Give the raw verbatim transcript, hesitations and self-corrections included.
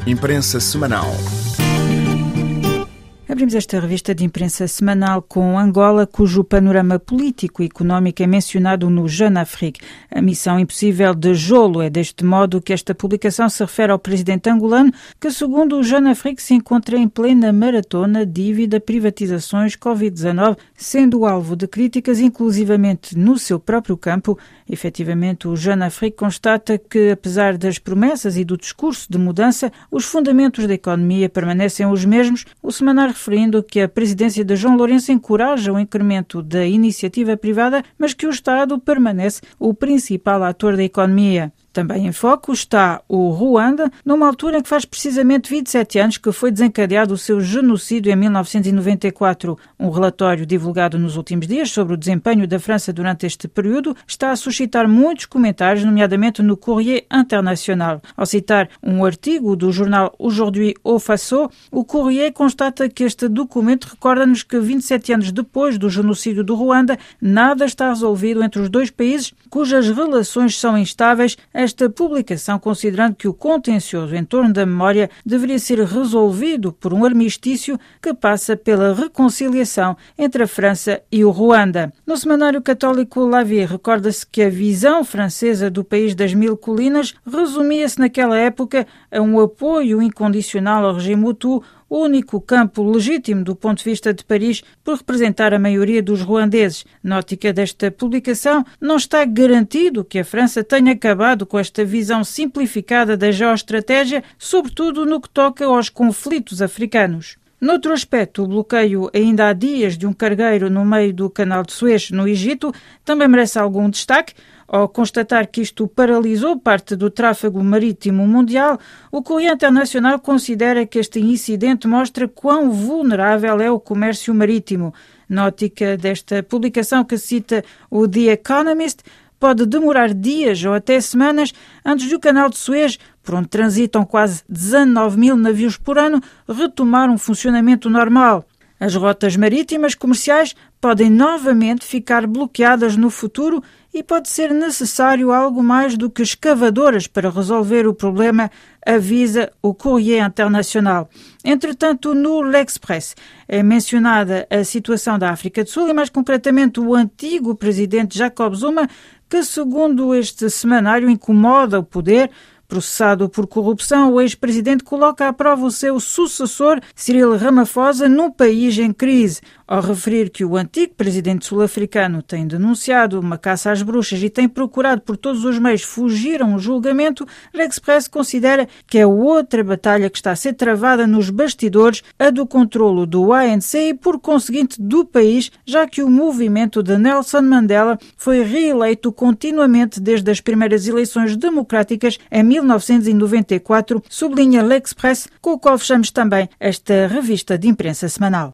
Imprensa Semanal. Abrimos esta revista de imprensa semanal com Angola, cujo panorama político e económico é mencionado no Jeune Afrique. A missão impossível de Jolo é deste modo que esta publicação se refere ao presidente angolano, que segundo o Jeune Afrique se encontra em plena maratona, dívida, privatizações, covid dezenove, sendo alvo de críticas inclusivamente no seu próprio campo. Efetivamente, o Jeune Afrique constata que, apesar das promessas e do discurso de mudança, os fundamentos da economia permanecem os mesmos, o semanário referindo que a presidência de João Lourenço encoraja o incremento da iniciativa privada, mas que o Estado permanece o principal ator da economia. Também em foco está o Ruanda, numa altura em que faz precisamente vinte e sete anos que foi desencadeado o seu genocídio em mil novecentos e noventa e quatro. Um relatório divulgado nos últimos dias sobre o desempenho da França durante este período está a suscitar muitos comentários, nomeadamente no Courrier International. Ao citar um artigo do jornal Aujourd'hui au Faso, o Courrier constata que este documento recorda-nos que vinte e sete anos depois do genocídio do Ruanda, nada está resolvido entre os dois países, cujas relações são instáveis. Esta publicação considerando que o contencioso em torno da memória deveria ser resolvido por um armistício que passa pela reconciliação entre a França e o Ruanda. No semanário católico La Vie recorda-se que a visão francesa do país das mil colinas resumia-se naquela época a um apoio incondicional ao regime Hutu, o único campo legítimo do ponto de vista de Paris por representar a maioria dos ruandeses. Na ótica desta publicação, não está garantido que a França tenha acabado com esta visão simplificada da geoestratégia, sobretudo no que toca aos conflitos africanos. Noutro aspecto, o bloqueio ainda há dias de um cargueiro no meio do canal de Suez, no Egito, também merece algum destaque. Ao constatar que isto paralisou parte do tráfego marítimo mundial, o Courrier International considera que este incidente mostra quão vulnerável é o comércio marítimo. Na ótica desta publicação que cita o The Economist, pode demorar dias ou até semanas antes do canal de Suez, por onde transitam quase dezanove mil navios por ano, retomar um funcionamento normal. As rotas marítimas comerciais podem novamente ficar bloqueadas no futuro e pode ser necessário algo mais do que escavadoras para resolver o problema, avisa o Courrier International. Entretanto, no L'Express é mencionada a situação da África do Sul e, mais concretamente, o antigo presidente Jacob Zuma, que, segundo este semanário, incomoda o poder. Processado por corrupção, o ex-presidente coloca à prova o seu sucessor, Cyril Ramaphosa, num país em crise. Ao referir que o antigo presidente sul-africano tem denunciado uma caça às bruxas e tem procurado por todos os meios fugir a um julgamento, l'Express considera que é outra batalha que está a ser travada nos bastidores, a do controlo do A N C e, por conseguinte, do país, já que o movimento de Nelson Mandela foi reeleito continuamente desde as primeiras eleições democráticas em mil novecentos e noventa e quatro, sublinha l'Express, com o qual fechamos também esta revista de imprensa semanal.